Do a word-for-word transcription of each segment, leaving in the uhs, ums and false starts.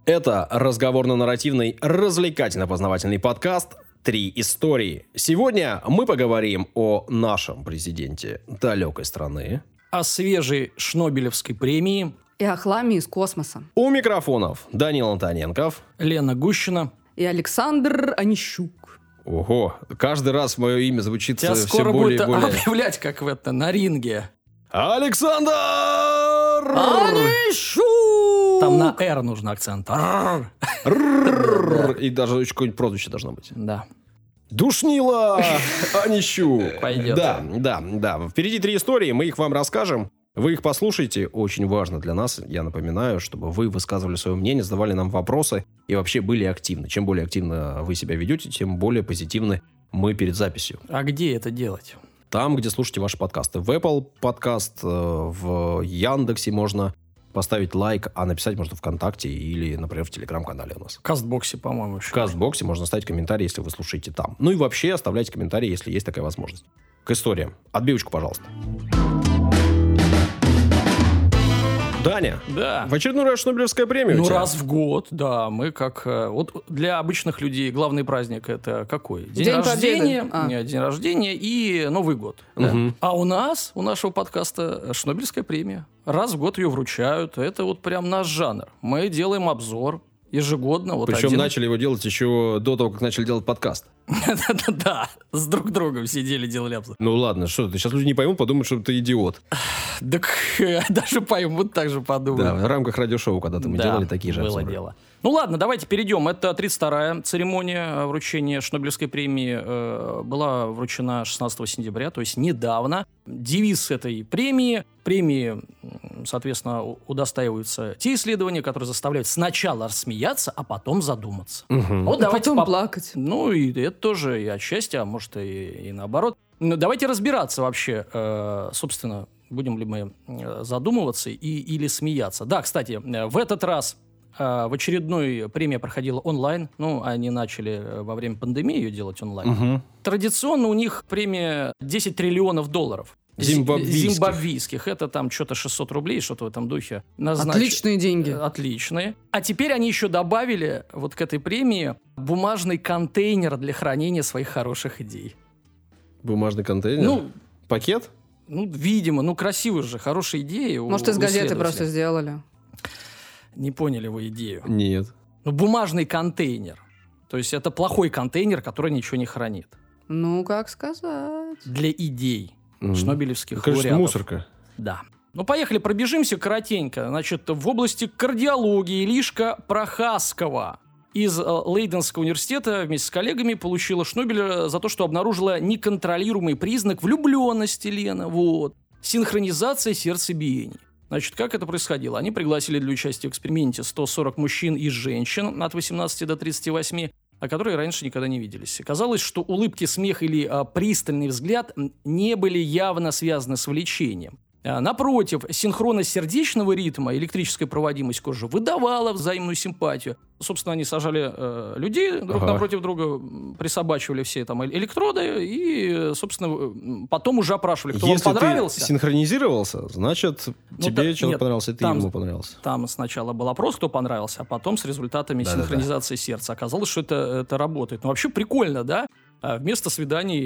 Это разговорно-нарративный, развлекательно-познавательный подкаст «Три истории». Сегодня мы поговорим о нашем президенте далекой страны, о свежей Шнобелевской премии и о хламе из космоса. У микрофонов Данил Антоненков, Лена Гущина и Александр Онищук. Ого, каждый раз мое имя звучит Тебя все скоро более будет и более... объявлять, как в это, на ринге. Александр Онищук! Там на «Р» нужен акцент. И даже какое-нибудь прозвище должно быть. Да. Душнила Онищук. Пойдет. Да, да, да. Впереди три истории, мы их вам расскажем. Вы их послушайте, очень важно для нас, я напоминаю, чтобы вы высказывали свое мнение, задавали нам вопросы и вообще были активны. Чем более активно вы себя ведете, тем более позитивны мы перед записью. А где это делать? Там, где слушаете ваши подкасты. В Apple подкаст, в Яндексе можно поставить лайк, а написать можно ВКонтакте или, например, в Телеграм-канале у нас. В Кастбоксе, по-моему, еще. В Кастбоксе можно ставить комментарий, если вы слушаете там. Ну и вообще оставляйте комментарии, если есть такая возможность. К историям. Отбивочку, пожалуйста. Даня, да. В очередной раз Шнобелевская премия Ну, у тебя? раз в год, да. Мы как... Вот для обычных людей главный праздник это какой? День, День рождения. Победы. А. Нет, день рождения и Новый год. Да. Угу. А у нас, у нашего подкаста Шнобелевская премия. Раз в год ее вручают. Это вот прям наш жанр. Мы делаем обзор ежегодно. Вот Причем один... начали его делать еще до того, как начали делать подкаст. Да, с друг другом сидели, делали обзор. Ну ладно, что ты, сейчас люди не поймут, подумают, что ты идиот. Так даже поймут, так же подумают. Да, в рамках радиошоу когда-то мы Да, делали такие же было обзоры. дело. Ну ладно, давайте перейдем. Это тридцать вторая церемония вручения Шнобелевской премии. Э, была вручена шестнадцатого сентября, то есть недавно. Девиз этой премии. Премии, соответственно, удостаиваются те исследования, которые заставляют сначала рассмеяться, а потом задуматься. Угу. Вот А давайте потом по- плакать. Ну, и это тоже и отчасти, а может и, и наоборот. Ну, давайте разбираться вообще, э, собственно, будем ли мы э, задумываться и, или смеяться. Да, кстати, э, в этот раз э, в очередной премия проходила онлайн. Ну, они начали э, во время пандемии ее делать онлайн. Угу. Традиционно у них премия десять триллионов долларов. Зимбабвийских. Зимбабвийских. Это там что-то шестьсот рублей, что-то в этом духе. Назнач- Отличные деньги. Отличные. А теперь они еще добавили вот к этой премии бумажный контейнер для хранения своих хороших идей. Бумажный контейнер? Ну, Пакет? ну, видимо, ну, красивые же, хорошие идеи. у- Может, из у газеты исследователя. просто сделали. Не поняли вы идею. Нет. Ну, бумажный контейнер. То есть это плохой контейнер, который ничего не хранит. Ну, как сказать. Для идей Мгм. шнобелевских Кажется, лауреатов. мусорка. Да. Ну, поехали, пробежимся коротенько. Значит, в области кардиологии Илишка Прохаскова из э, Лейденского университета вместе с коллегами получила Шнобеля за то, что обнаружила неконтролируемый признак влюбленности, Лена. Вот. Синхронизация сердцебиений. Значит, как это происходило? Они пригласили для участия в эксперименте сто сорок мужчин и женщин от восемнадцати до тридцати восьми, а которые раньше никогда не виделись. Оказалось, что улыбки, смех или а, пристальный взгляд не были явно связаны с влечением. А, напротив, синхронность сердечного ритма, электрическая проводимость кожи выдавала взаимную симпатию. Собственно, они сажали э, людей друг Ага. напротив друга, м, присобачивали все там электроды и, собственно, м, потом уже опрашивали, кто Если вам понравился. ты синхронизировался, значит, тебе та- человек нет, понравился, и ты там- ему понравился. Там сначала был опрос, кто понравился, а потом с результатами Да-да-да. синхронизации сердца. Оказалось, что это, это работает. Ну, вообще прикольно, да? А вместо свиданий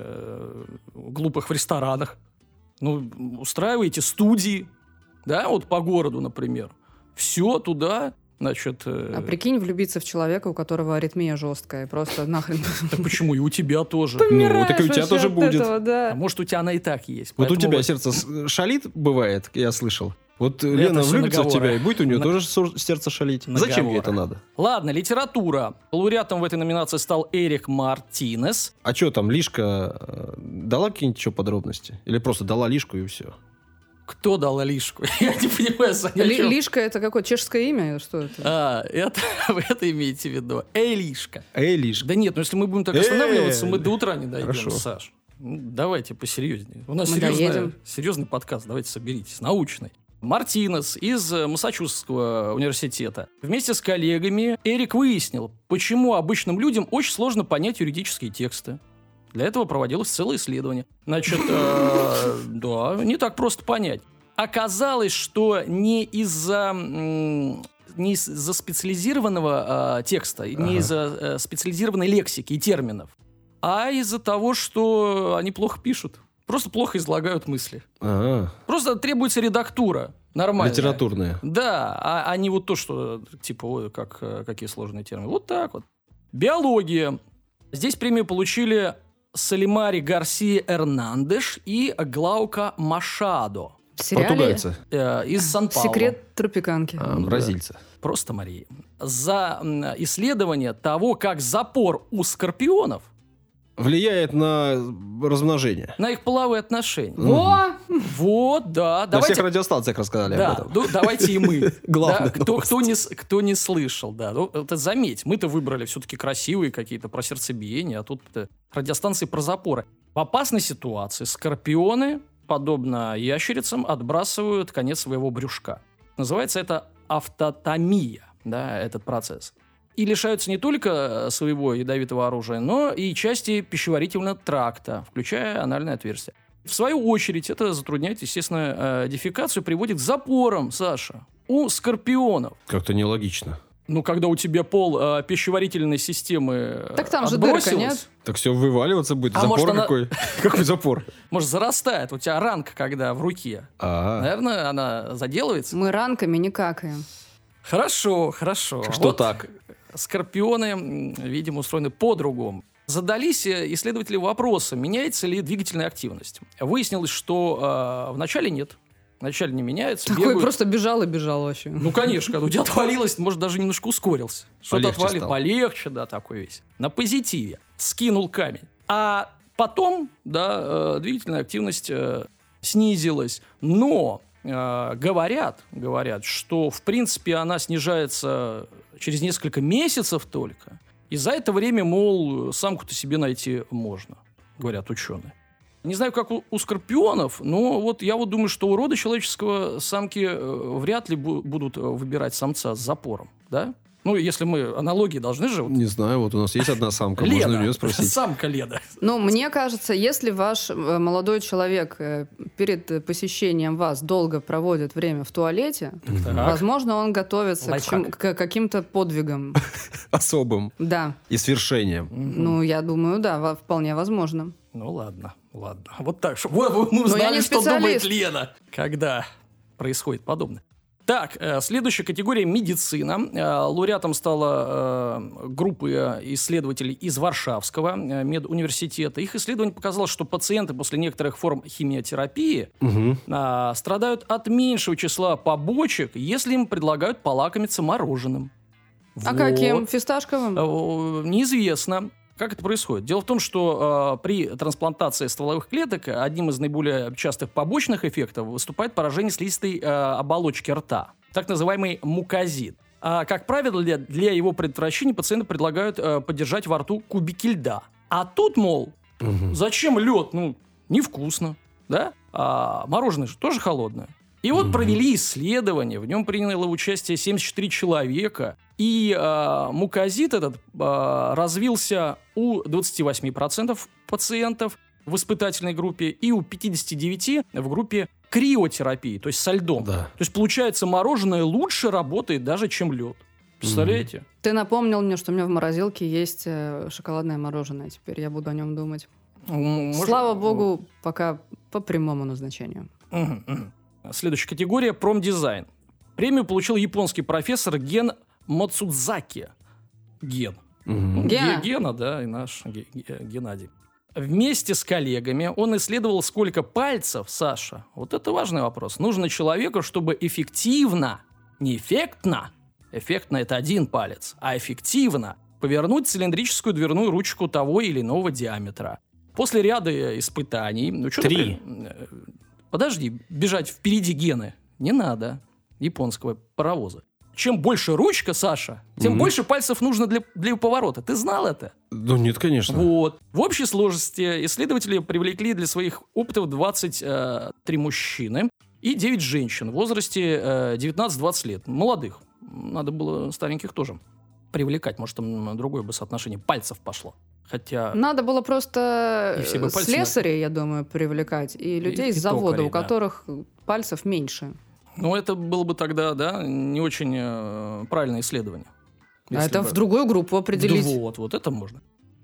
э, глупых в ресторанах, ну, устраиваете студии, да, вот по городу, например. Все туда, значит... э, А прикинь, влюбиться в человека, у которого аритмия жесткая. Просто нахрен. так почему? И у тебя тоже. Ну, так и у тебя Умираешь тоже вообще от будет. этого, да. А может, у тебя она и так есть. Вот у поэтому тебя вот- сердце с- шалит, бывает, я слышал. Вот Лена всё влюбится в наговоры. тебя, и будет у нее На- тоже сор- сердце шалить. Зачем ей Наговоры. это надо? Ладно, литература. Лауреатом в этой номинации стал Эрик Мартинес. А что там, Лишка э, дала какие-нибудь еще подробности? Или просто дала Лишку и все? Кто дал Алишку? Я не понимаю, Саня, о Ли- чём. Лишка — это какое? Чешское имя? Что это? А, это, вы это имеете в виду? Элишка. Эй, Лишка. Да нет, ну если мы будем так Э, останавливаться, мы до утра не дойдем, хорошо. Саш. Ну, давайте посерьезнее. У нас Мы серьезная- доедем. серьезный подкаст, давайте соберитесь, научный. Мартинес из э, Массачусетского университета. Вместе с коллегами Эрик выяснил, почему обычным людям очень сложно понять юридические тексты. Для этого проводилось целое исследование. Значит, э, да, не так просто понять. Оказалось, что не из-за м, не из-за специализированного э, текста, ага. не из-за э, специализированной лексики и терминов, а из-за того, что они плохо пишут. Просто плохо излагают мысли. Ага. Просто требуется редактура. Нормально. Литературная. Да, а, а не вот то, что, типа, ой, как, какие сложные термины. Вот так вот. Биология. Здесь премию получили Салимари Гарсия Эрнандеш и Глаука Машадо. Португальцы. Э, из Сан-Паулу. Секрет тропиканки. А, бразильцы. Да. Просто Мария. За исследование того, как запор у скорпионов влияет на размножение. На их половые отношения. Во! Вот, да. На давайте... всех радиостанциях рассказали да, об этом. Ну, давайте и мы. Главное. Да, кто, кто, не, кто не слышал, да. Ну, это заметь, мы-то выбрали все-таки красивые какие-то про сердцебиение, а тут радиостанции про запоры. В опасной ситуации скорпионы, подобно ящерицам, отбрасывают конец своего брюшка. Называется это автотомия, да, этот процесс. И лишаются не только своего ядовитого оружия, но и части пищеварительного тракта, включая анальное отверстие. В свою очередь, это затрудняет, естественно, дефекацию, приводит к запорам, Саша, у скорпионов. Как-то нелогично. Ну, когда у тебя пол э, пищеварительной системы так там же отбросилось, дырка, нет? Так все вываливаться будет. А запор может, она... какой? Какой запор? Может, зарастает. У тебя ранка, когда в руке. А-а-а. Наверное, она заделывается. Мы ранками не какаем. Хорошо, хорошо. Что вот так? Скорпионы, видимо, устроены по-другому. Задались исследователи вопросом, меняется ли двигательная активность. Выяснилось, что э, вначале нет. Вначале не меняется. Такой бегают. просто бежал и бежал вообще. Ну, конечно, когда у тебя отвалилось, может, даже немножко ускорился. Что-то отвалилось. Полегче, да, такой весь. На позитиве. Скинул камень. А потом, да, э, двигательная активность э, снизилась. Но э, говорят, говорят, что, в принципе, она снижается через несколько месяцев только. И за это время, мол, самку-то себе найти можно, говорят ученые. Не знаю, как у, у скорпионов, но вот я вот думаю, что у рода человеческого самки э, вряд ли бу- будут выбирать самца с запором, да? Ну, если мы аналогии должны же... Вот... Не знаю, вот у нас есть одна самка, Лена, можно у нее спросить. Самка Лена. Ну, мне кажется, если ваш молодой человек перед посещением вас долго проводит время в туалете, Так. возможно, он готовится к, чем, к каким-то подвигам. Особым. Да. И свершением. Ну, я думаю, да, вполне возможно. Ну, ладно, ладно. Вот так, чтобы вот, мы узнали, что думает Лена, когда происходит подобное. Так, следующая категория – медицина. Лауреатом стала группа исследователей из Варшавского медуниверситета. Их исследование показало, что пациенты после некоторых форм химиотерапии угу. страдают от меньшего числа побочек, если им предлагают полакомиться мороженым. А вот. каким? Фисташковым? Неизвестно. Как это происходит? Дело в том, что э, при трансплантации стволовых клеток одним из наиболее частых побочных эффектов выступает поражение слизистой э, оболочки рта, так называемый мукозит. А, как правило, для, для его предотвращения пациенты предлагают э, подержать во рту кубики льда. А тут, мол, угу. зачем лед? Ну, невкусно, да? А мороженое же тоже холодное. И вот mm-hmm. провели исследование, в нем приняло участие семьдесят четыре человека, и э, мукозит этот э, развился у двадцати восьми процентов пациентов в испытательной группе и у пятидесяти девяти процентов в группе криотерапии, то есть со льдом. Да. То есть, получается, мороженое лучше работает даже, чем лед. Представляете? Mm-hmm. Ты напомнил мне, что у меня в морозилке есть шоколадное мороженое, теперь я буду о нем думать. Может... Слава богу, пока по прямому назначению. Mm-hmm. Следующая категория – промдизайн. Премию получил японский профессор Ген Мацудзаки. Ген. Угу. Гена. Гена, да, и наш Геннадий. Вместе с коллегами он исследовал, сколько пальцев, Саша, вот это важный вопрос, нужно человеку, чтобы эффективно, не эффектно, эффектно – это один палец, а эффективно повернуть цилиндрическую дверную ручку того или иного диаметра. После ряда испытаний... Ну, Три. Например, подожди, бежать впереди Гены не надо, японского паровоза. Чем больше ручка, Саша, тем mm-hmm. больше пальцев нужно для, для поворота. Ты знал это? Ну, нет, конечно. Вот. В общей сложности исследователи привлекли для своих опытов двадцать три мужчины и девять женщин в возрасте э, девятнадцать-двадцать лет. Молодых. Надо было стареньких тоже привлекать. Может, там другое бы соотношение пальцев пошло. Хотя... Надо было просто слесарей, на... я думаю, привлекать, и людей и, с завода, токарей, у которых да. пальцев меньше. Ну, это было бы тогда, да, не очень э, правильное исследование. А это бы... в другую группу определить. Вот, вот это можно.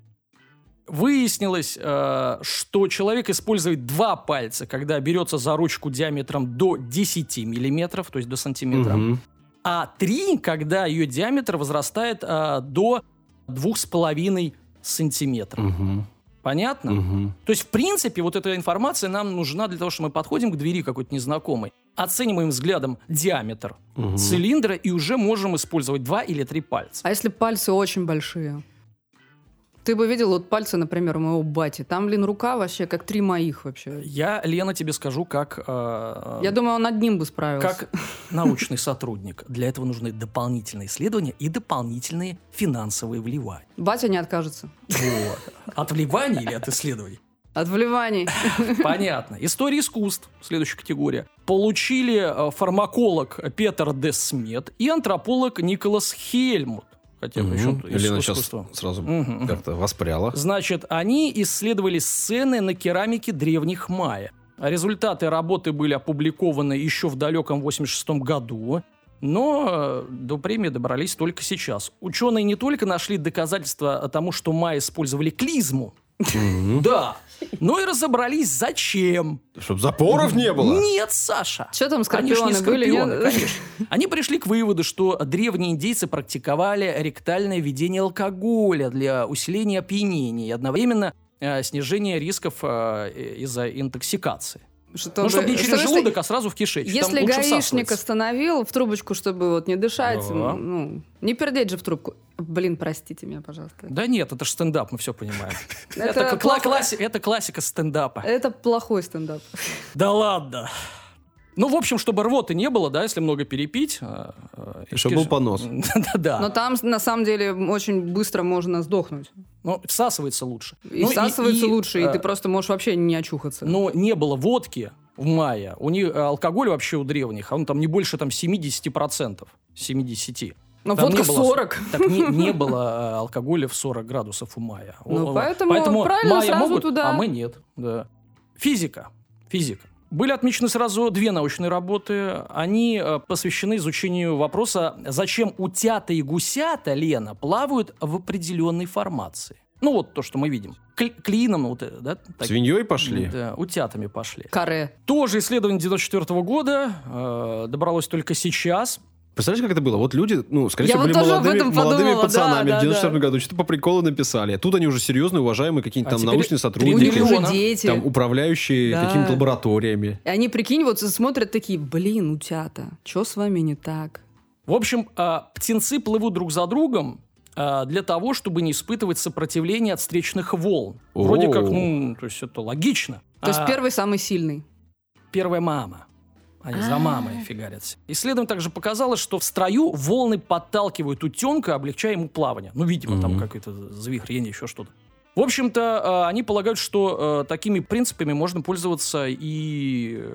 Выяснилось, э, что человек использует два пальца, когда берется за ручку диаметром до десяти миллиметров, то есть до сантиметра, угу. а три, когда ее диаметр возрастает э, до двух с половиной сантиметров. Угу. Понятно? Угу. То есть, в принципе, вот эта информация нам нужна для того, чтобы мы подходим к двери какой-то незнакомой, оцениваем взглядом диаметр угу. цилиндра и уже можем использовать два или три пальца. А если пальцы очень большие? Ты бы видел вот пальцы, например, у моего бати. Там, блин, рука вообще как три моих вообще. Я, Лена, тебе скажу, как... Э, Я думаю, он одним бы справился. Как научный сотрудник. Для этого нужны дополнительные исследования и дополнительные финансовые вливания. Батя не откажется. Вот. От вливаний или от исследований? От вливаний. Понятно. История искусств, следующая категория. Получили фармаколог Петер де Смет и антрополог Николас Хельмут. Хотя бы угу. Елена сейчас сразу угу. как-то воспряла. Значит, они исследовали сцены на керамике древних майя. Результаты работы были опубликованы еще в далеком восемьдесят шестом году, но до премии добрались только сейчас. Ученые не только нашли доказательства тому, что майя использовали клизму, mm-hmm. да, но и разобрались, зачем. Чтобы запоров не было? Нет, Саша. Что там, скорпионы, Они не скорпионы были? Конечно. Они пришли к выводу, что древние индейцы практиковали ректальное введение алкоголя для усиления опьянения и одновременно э, снижения рисков э, из-за интоксикации. Что ну, чтобы не через что желудок, а сразу в кишечник. Если гаишник остановил в трубочку, чтобы вот не дышать, да. ну, не пердеть же в трубку. Блин, простите меня, пожалуйста. Да нет, это же стендап, мы все понимаем. Это классика стендапа. Это плохой стендап. Да ладно. Ну, в общем, чтобы рвоты не было, да, если много перепить. Чтобы был понос. Да. Но там, на самом деле, очень быстро можно сдохнуть. Ну, всасывается лучше. И ну, всасывается и, лучше, и, и ты просто можешь вообще не очухаться. Но не было водки в мае. У них алкоголь вообще у древних, он там не больше там, семьдесят процентов. семьдесят. Но там водка сорок. Так не, не было алкоголя в сорок градусов у мая. Ну, поэтому, поэтому правильно майя сразу могут, туда. А мы нет. Да. Физика. Физика. Были отмечены сразу две научные работы. Они посвящены изучению вопроса, зачем утята и гусята, Лена, плавают в определенной формации. Ну, вот то, что мы видим. Клином, вот, да? Так, свиньей пошли? Да, утятами пошли. Каре. Тоже исследование девяносто четвёртого года. Э, добралось только сейчас. Представляешь, как это было? Вот люди, ну, скорее Я всего, вот были молодыми, подумала, молодыми пацанами да, в девяносто четвёртом да. году, что-то по приколу написали. А тут они уже серьезные, уважаемые какие-нибудь а там научные сотрудники. У них уже дети. Там управляющие да. какими-то лабораториями. И они, прикинь, вот смотрят такие, блин, утята, что с вами не так? В общем, э, птенцы плывут друг за другом э, для того, чтобы не испытывать сопротивление от встречных волн. О-о-о. Вроде как, ну, то есть это логично. То есть а, первый самый сильный. Первая мама. Они за мамой фигарятся. Исследование также показало, что в строю волны подталкивают утенка, облегчая ему плавание. Ну, видимо, mm-hmm. там какое-то завихрение, еще что-то. В общем-то, они полагают, что такими принципами можно пользоваться и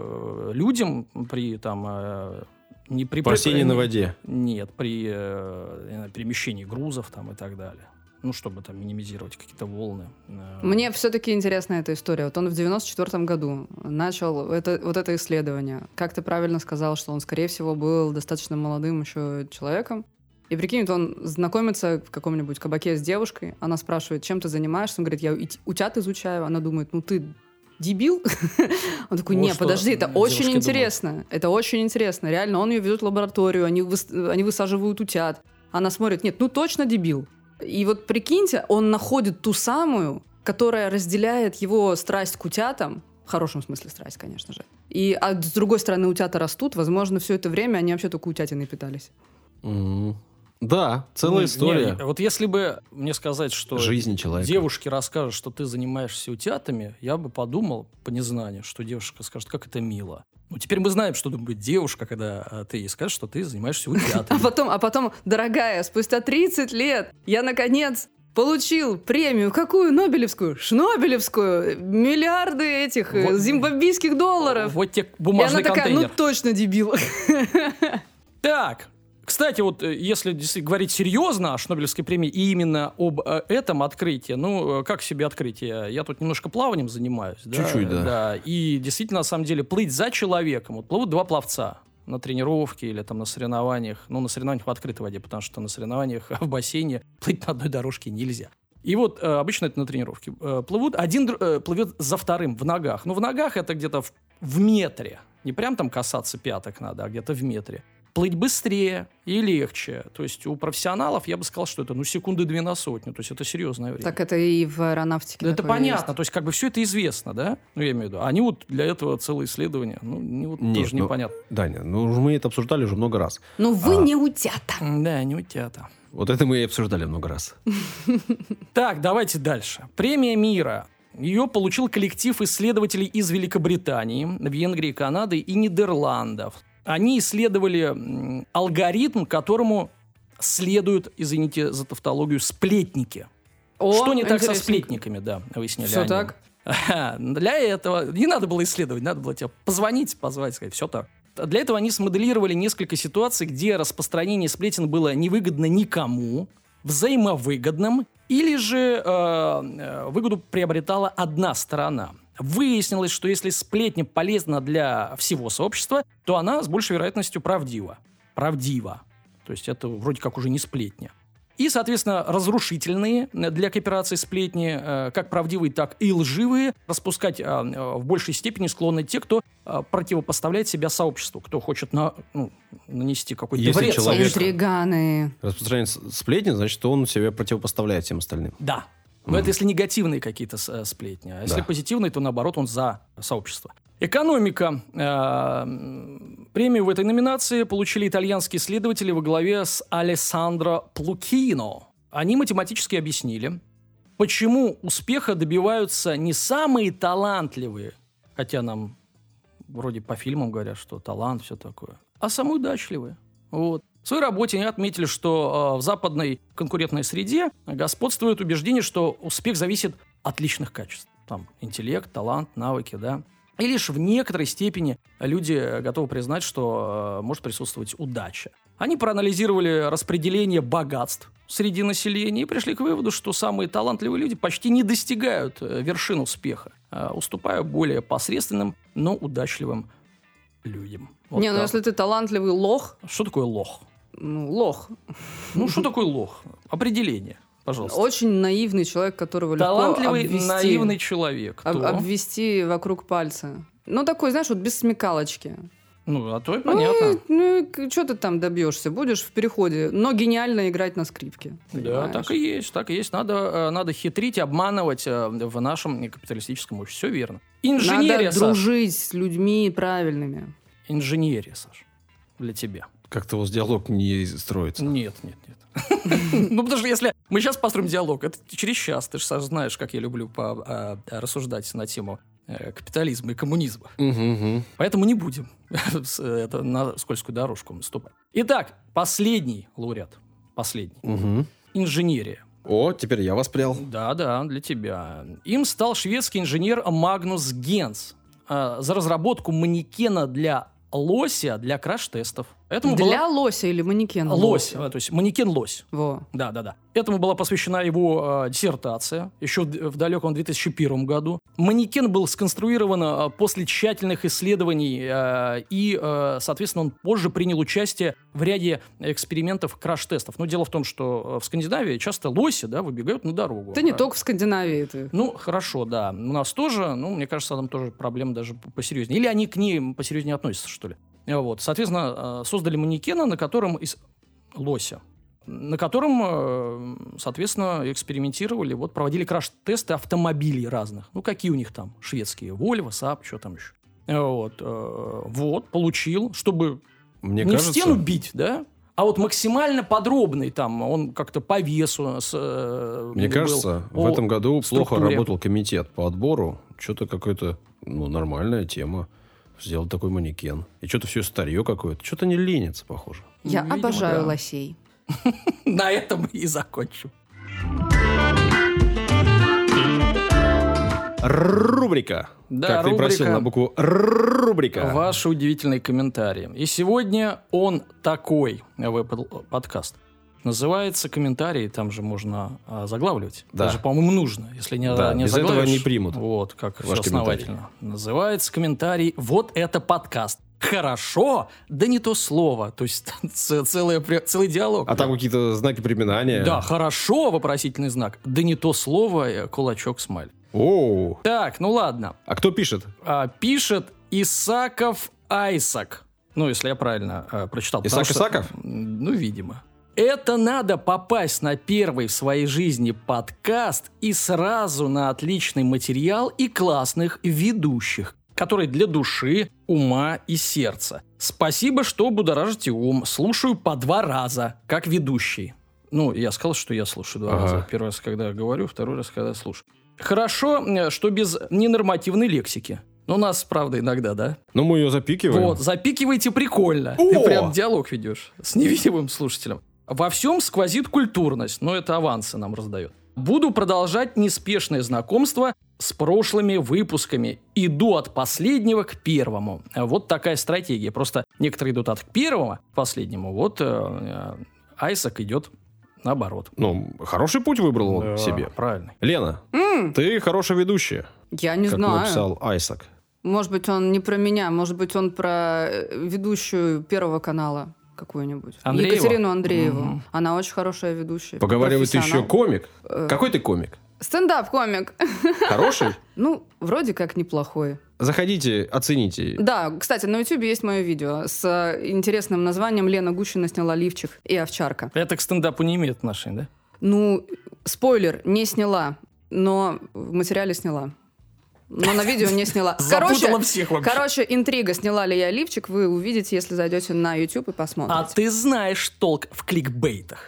людям при там... Не при спасении на воде. Нет, при перемещении грузов там и так далее. Ну, чтобы там минимизировать какие-то волны. Мне все-таки интересна эта история. Вот он в девяносто четвёртом году начал это, вот это исследование. Как ты правильно сказал, что он, скорее всего, был достаточно молодым еще человеком. И прикинь, вот он знакомится в каком-нибудь кабаке с девушкой, она спрашивает, чем ты занимаешься? Он говорит, я утят изучаю. Она думает, ну ты дебил? Он такой, не, подожди, это очень интересно. Это очень интересно. Реально, он ее ведет в лабораторию, они высаживают утят. Она смотрит, нет, ну точно дебил. И вот прикиньте, он находит ту самую, которая разделяет его страсть к утятам, в хорошем смысле страсть, конечно же. И а с другой стороны, утята растут, возможно, все это время они вообще только утятиной питались. Mm-hmm. Да, целая ну, история. Не, вот если бы мне сказать, что жизни человека. Девушке расскажут, что ты занимаешься утятами, я бы подумал по незнанию, что девушка скажет, как это мило. Ну, теперь мы знаем, что думает девушка, когда ты ей скажешь, что ты занимаешься утятами. А потом, а потом, дорогая, спустя тридцать лет я, наконец, получил премию. Какую? Нобелевскую? Шнобелевскую? Миллиарды этих вот, зимбабвийских долларов. Вот те бумажный контейнер. И она такая, ну, точно дебил. Так, кстати, вот если говорить серьезно о Шнобелевской премии и именно об э, этом открытии, ну, как себе открытие? Я тут немножко плаванием занимаюсь. Чуть-чуть, да. да. И действительно, на самом деле, плыть за человеком. Вот плывут два пловца. на тренировке или там на соревнованиях, ну, на соревнованиях в открытой воде, потому что на соревнованиях в бассейне плыть на одной дорожке нельзя. И вот э, обычно это на тренировке. Э, плывут, один э, плывет за вторым в ногах. Ну, в ногах это где-то в, в метре. Не прям там касаться пяток надо, а где-то в метре. Плыть быстрее и легче. То есть у профессионалов я бы сказал, что это ну, секунды две на сотню. То есть это серьезное время. Так это и в аэронавтике. Да это понятно. Есть. То есть как бы все это известно, да? Ну, я имею в виду. Они вот для этого целое исследование. Ну, не, вот Нет, тоже ну, непонятно. Даня, ну мы это обсуждали уже много раз. Ну вы а... не утята. Да, не утята. Вот это мы и обсуждали много раз. Так, давайте дальше. Премия мира. Ее получил коллектив исследователей из Великобритании, Венгрии, Канады и Нидерландов. Они исследовали м, алгоритм, которому следуют, извините за тавтологию, сплетники. О, Что не так со интересненько. сплетниками, да, выяснили Все они. так? Для этого не надо было исследовать, надо было тебе позвонить, позвать, сказать, все так. Для этого они смоделировали несколько ситуаций, где распространение сплетен было невыгодно никому, взаимовыгодным, или же э, выгоду приобретала одна сторона. Выяснилось, что если сплетня полезна для всего сообщества, то она с большей вероятностью правдива. Правдива. То есть это вроде как уже не сплетня. И, соответственно, разрушительные для кооперации сплетни, э, как правдивые, так и лживые, распускать э, э, в большей степени склонны те, кто э, противопоставляет себя сообществу, кто хочет на, ну, нанести какой-то Если вред человек- сообществу. Интриганы. Распространение с- сплетни, значит, он себя противопоставляет всем остальным. Да. Но это если негативные какие-то с- сплетни. А если Да. позитивные, то наоборот он за сообщество. Экономика. Э, Премию в этой номинации получили итальянские исследователи во главе с Алессандро Плукино. Они математически объяснили, почему успеха добиваются не самые талантливые, хотя нам вроде по фильмам говорят, что талант, все такое, а самые удачливые. Вот. В своей работе они отметили, что э, в западной конкурентной среде господствует убеждение, что успех зависит от личных качеств. Там интеллект, талант, навыки, да. И лишь в некоторой степени люди готовы признать, что э, может присутствовать удача. Они проанализировали распределение богатств среди населения и пришли к выводу, что самые талантливые люди почти не достигают э, вершин успеха, э, уступая более посредственным, но удачливым людям. Вот не, ну так. если ты талантливый лох, Что такое лох? ну, лох. Ну, что такое лох? Определение, пожалуйста. Очень наивный человек, которого Талантливый, легко обвести, наивный человек. об- Кто? обвести вокруг пальца. Ну, такой, знаешь, вот без смекалочки. Ну, а то и понятно. Ну, что ты там добьешься? Будешь в переходе, но гениально играть на скрипке. Да, понимаешь? так и есть, так и есть. Надо, э, надо хитрить, обманывать э, в нашем капиталистическом обществе. Все верно. Инженерия, Надо Саш. дружить с людьми правильными. Инженерия, Саш. Для тебя. Как-то у вас диалог не строится. Нет, нет, нет. Ну, потому что если мы сейчас построим диалог, это через час. Ты же, Саш, знаешь, как я люблю по- а, рассуждать на тему э, капитализма и коммунизма. Мгм, мгм. Поэтому не будем с- это на скользкую дорожку наступать. Итак, последний лауреат. Последний. Мгм. Инженерия. О, теперь я воспрял. Да, да, для тебя. Им стал шведский инженер Магнус Генс э, за разработку манекена для лося для краш-тестов. Этому Для лося или манекена? была... Лось, э, то есть манекен-лось. Во. Да, да, да. Этому была посвящена его э, диссертация еще в, в далеком две тысячи первом году. Манекен был сконструирован э, после тщательных исследований, э, и, э, соответственно, он позже принял участие в ряде экспериментов краш-тестов. Но дело в том, что в Скандинавии часто лоси, да, выбегают на дорогу. Да не А, только в Скандинавии это. Ну, хорошо, да. У нас тоже, ну, мне кажется, там тоже проблемы даже п- посерьезнее. Или они к ним посерьезнее относятся, что ли. Э, Вот. Соответственно, э, создали манекена, на котором из лося, на котором, э, соответственно, экспериментировали, вот, проводили краш-тесты автомобилей разных. Ну, какие у них там? Шведские. Volvo, Saab, что там еще. Э, Вот. э, Вот, получил, чтобы Мне не кажется... в стену бить, да? А вот максимально подробный там, он как-то по весу. С, э, Мне был, кажется, в по этом году плохо структуре. работал комитет по отбору. Что-то какая-то, ну, нормальная тема. Сделал такой манекен. И что-то все старье какое-то. Что-то не ленится, похоже. Я Видимо, обожаю да. лосей. На этом и закончим. Рубрика. Да, как ты рубрика. просил на букву Р. Рубрика. Ваши удивительные комментарии. И сегодня он такой, в Apple подкаст. Называется комментарий, там же можно а, заглавливать. Да. Даже, по-моему, нужно. Если не, Да, не без этого заглавишь, не примут Вот, как ваш все основательно. Называется комментарий «Вот это подкаст». Хорошо, да не то слово. То есть целый, целый диалог. А да. там какие-то знаки препинания. Да, хорошо, вопросительный знак. Да не то слово, кулачок, смайль. О, Так, ну ладно. а кто пишет? А, пишет Исаков Айсак. Ну, если я правильно а, прочитал. Исаак что, Исаков? Ну, видимо. Это надо попасть на первый в своей жизни подкаст и сразу на отличный материал и классных ведущих, которые для души, ума и сердца. Спасибо, что будоражите ум. Слушаю по два раза, как ведущий. Ну, я сказал, что я слушаю два Ага. раза. Первый раз, когда говорю, второй раз, когда слушаю. Хорошо, что без ненормативной лексики. Ну, у нас, правда, иногда, да? Ну, мы ее запикиваем. Вот, запикивайте прикольно. О! Ты прям диалог ведешь с невидимым слушателем. Во всем сквозит культурность, но это авансы нам раздает. Буду продолжать неспешное знакомство с прошлыми выпусками. Иду от последнего к первому. Вот такая стратегия. Просто некоторые идут от первого к последнему. Вот э, Айсак идет наоборот. Ну, хороший путь выбрал он Да, себе. правильно. Лена, М, ты хорошая ведущая, я не как знаю. написал Айсак. Может быть, он не про меня, может быть, он про э, ведущую Первого канала какую-нибудь. Андрееву? Екатерину Андрееву. Мгм. Она очень хорошая ведущая. Поговаривай, ты еще профессионал. комик? Э. Какой ты комик? Стендап-комик. Хороший? Ну, вроде как неплохой. Заходите, оцените. Да, кстати, на Ютубе есть мое видео с э, интересным названием «Лена Гущина сняла лифчик и овчарка». Это к стендапу не имеет отношения, да? Ну, спойлер, не сняла, но в материале сняла. Но на видео не сняла. Запутала всех вообще. Короче, интрига, сняла ли я лифчик, вы увидите, если зайдете на YouTube и посмотрите. А ты знаешь толк в кликбейтах.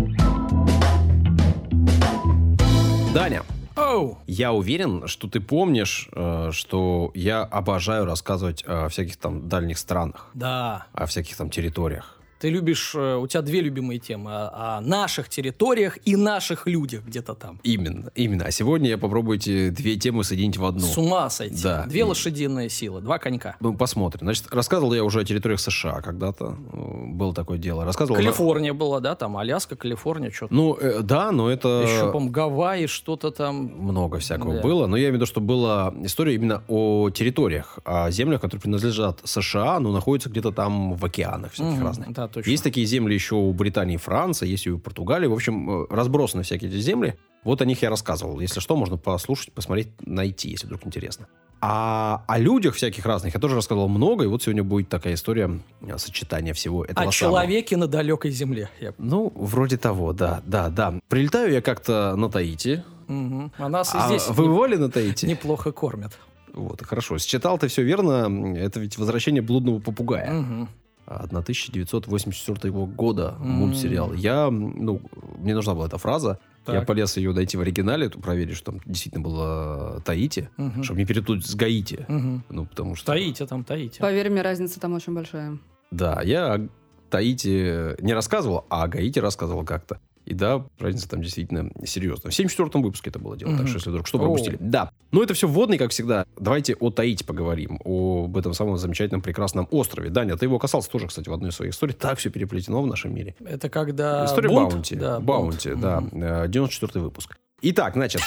Даня, Оу. я уверен, что ты помнишь, э, что я обожаю рассказывать о всяких там дальних странах, Да. о всяких там территориях. Ты любишь, э, у тебя две любимые темы. О, о наших территориях и наших людях где-то там. Именно, именно. А сегодня я попробую эти две темы соединить в одну. С ума сойти. Да. Две И- лошадиные силы, два конька. Ну, посмотрим. Значит, рассказывал я уже о территориях США когда-то. э, Было такое дело. Рассказывал... Калифорния была, да, там Аляска, Калифорния, что-то. Ну, э, да, но это... Еще, по-моему, Гавайи, что-то там. Много всякого Да. было, но я имею в виду, что была история именно о территориях, о землях, которые принадлежат США, но находятся где-то там в океанах всяких Мгм, разных. Да, точно. Есть такие земли еще у Британии и Франции, есть и у Португалии. В общем, э, разбросаны всякие эти земли. Вот о них я рассказывал. Если что, можно послушать, посмотреть, найти, если вдруг интересно. А о людях всяких разных я тоже рассказывал много, и вот сегодня будет такая история э, сочетания всего этого О самого. человеке на далекой земле. Я- Ну, вроде того, да, да, да. Прилетаю я как-то на Таити. Мгм. А нас и А здесь вы не- бывали на Таити? неплохо кормят. Вот, хорошо. Считал ты все верно. Это ведь «Возвращение блудного попугая». Мгм. тысяча девятьсот восемьдесят четвёртого года М. мультсериал. Я, ну, мне нужна была эта фраза. Я Так. полез ее найти в оригинале, проверить, что там действительно было Таити, Мгм. чтобы не перепутать с Гаити. Мгм. Ну, потому что... Таите там, таите. Поверь мне, разница там очень большая. Да, я о Таити не рассказывал, а о Гаити рассказывал как-то. И да, разница там действительно серьезная. В семьдесят четвёртом выпуске это было дело, так Мгм. что если вдруг что О. пропустили. Да, но это все вводный, как всегда. Давайте о Таити поговорим, об этом самом замечательном прекрасном острове. Даня, ты его касался тоже, кстати, в одной из своих историй. Так все переплетено в нашем мире. Это когда История бунт? Баунти. Да, Баунти, бунт. да. Мгм. э, девяносто четвёртый выпуск. Итак, значит,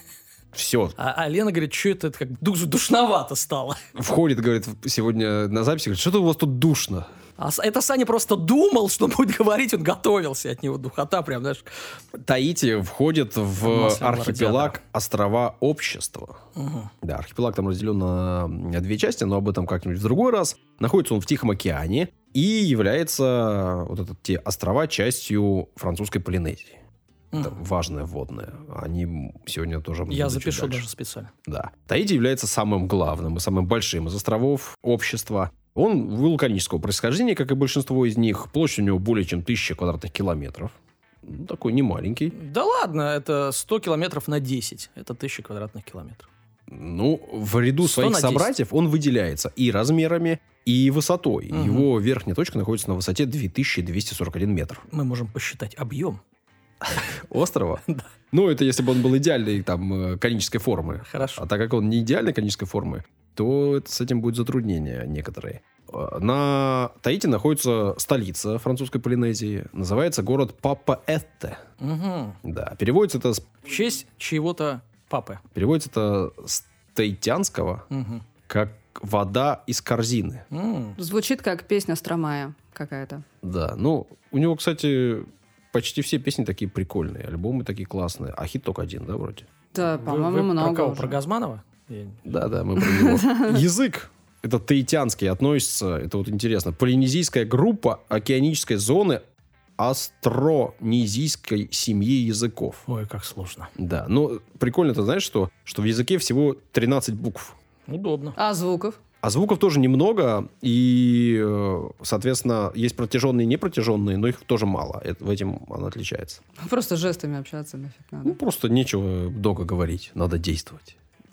все. А, а Лена говорит, что это, это как душ- душновато стало. Входит, говорит, сегодня на записи, говорит, что-то у вас тут душно. А с- это Саня просто думал, что будет говорить, он готовился от него. Духота прям, знаешь. Таити входит в Масляного архипелаг радиатора. острова Общества. Мгм. Да, архипелаг там разделен на две части, но об этом как-нибудь в другой раз. Находится он в Тихом океане и является, вот это, те острова, частью французской Полинезии. Это Мгм. важное вводное. Они сегодня тоже... Я будут чуть запишу дальше. даже специально. Да. Таити является самым главным и самым большим из островов общества. Он вулканического происхождения, как и большинство из них. Площадь у него более чем тысяча квадратных километров. Ну, такой немаленький. Да ладно, это сто километров на десять. Это тысяча квадратных километров. Ну, в ряду сто своих на десять. собратьев он выделяется и размерами, и высотой. Мгм. Его верхняя точка находится на высоте две тысячи двести сорок один метр. Мы можем посчитать объем. Острова? Да. Ну, это если бы он был идеальной там э, конической формы. Хорошо. А так как он не идеальной конической формы, то это, с этим будет затруднения некоторые. Э, На Таити находится столица французской Полинезии. Называется город Папаэтте. Мгм. Да, переводится это, с- В честь чьего-то папы. переводится это с таитянского Мгм. как как вода из корзины. М. Звучит как песня Стромая какая-то. Да, ну, у него, кстати, почти все песни такие прикольные, альбомы такие классные, а хит только один, да, вроде? Да, Вы- по-моему, вы много про кого? уже. Про Газманова? Я- Да-да, мы про него. Язык. Это таитянский относится, это вот интересно, полинезийская группа океанической зоны астронезийской семьи языков. Ой, как сложно. Да, ну, прикольно, ты знаешь, что, что в языке всего тринадцать букв. Удобно. А звуков? А звуков тоже немного, и, э, соответственно, есть протяженные и непротяженные, но их тоже мало. Это, в этом оно отличается. Просто жестами общаться нафиг Ну, надо. просто нечего долго говорить, надо действовать.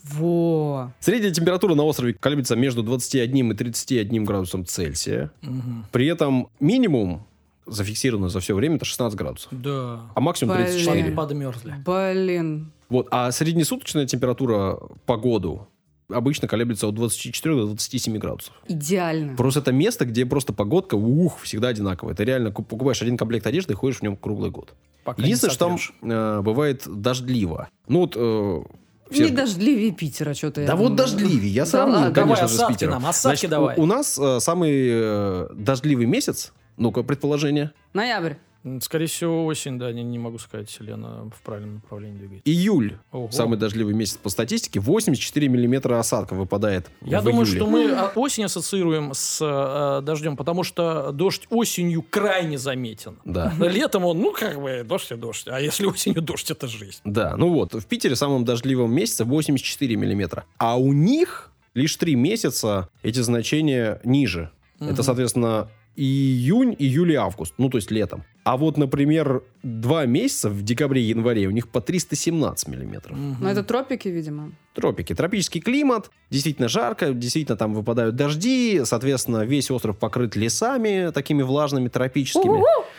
Во. Средняя температура на острове колеблется между двадцатью одним и тридцатью одним градусом Цельсия. Мгм. При этом минимум, зафиксированный за все время, это шестнадцать градусов. Да. А максимум тридцать четыре. Блин. Подмерзли. Блин. Вот. А среднесуточная температура по году обычно колеблется от двадцати четырёх до двадцати семи градусов. Идеально. Просто это место, где просто погодка, ух, всегда одинаковая. Ты реально куп- покупаешь один комплект одежды и ходишь в нем круглый год. Пока не Единственное, что там сотрешь. э, бывает дождливо. Ну вот... э, все Не ж- дождливее Питера, что-то я Да вот думаю. дождливее, я Да сравнил, ладно. конечно Давай же, с осадки Питером. нам, осадки Значит, давай. У, у нас э, самый э, дождливый месяц, ну-ка, предположение, Ноябрь. М, Скорее всего, осень, да, не, не могу сказать, Лена в правильном направлении двигается. июль, Ого. самый дождливый месяц по статистике, восемьдесят четыре миллиметра осадков выпадает Я в думаю, июле. что мы а, осень ассоциируем с э, дождем, потому что дождь осенью крайне заметен. Да. Летом он, ну, как бы, дождь и дождь. А если осенью дождь, это жизнь. Да, ну вот, в Питере самым дождливым месяце восемьдесят четыре миллиметра. А у них лишь три месяца эти значения ниже. Мгм. Это, соответственно, июнь, июль и август. Ну, то есть летом. А вот, например, два месяца в декабре и январе у них по триста семнадцать миллиметров. Мгм. Ну, это тропики, видимо. Тропики. Тропический климат. Действительно жарко. Действительно там выпадают дожди. Соответственно, весь остров покрыт лесами такими влажными, тропическими.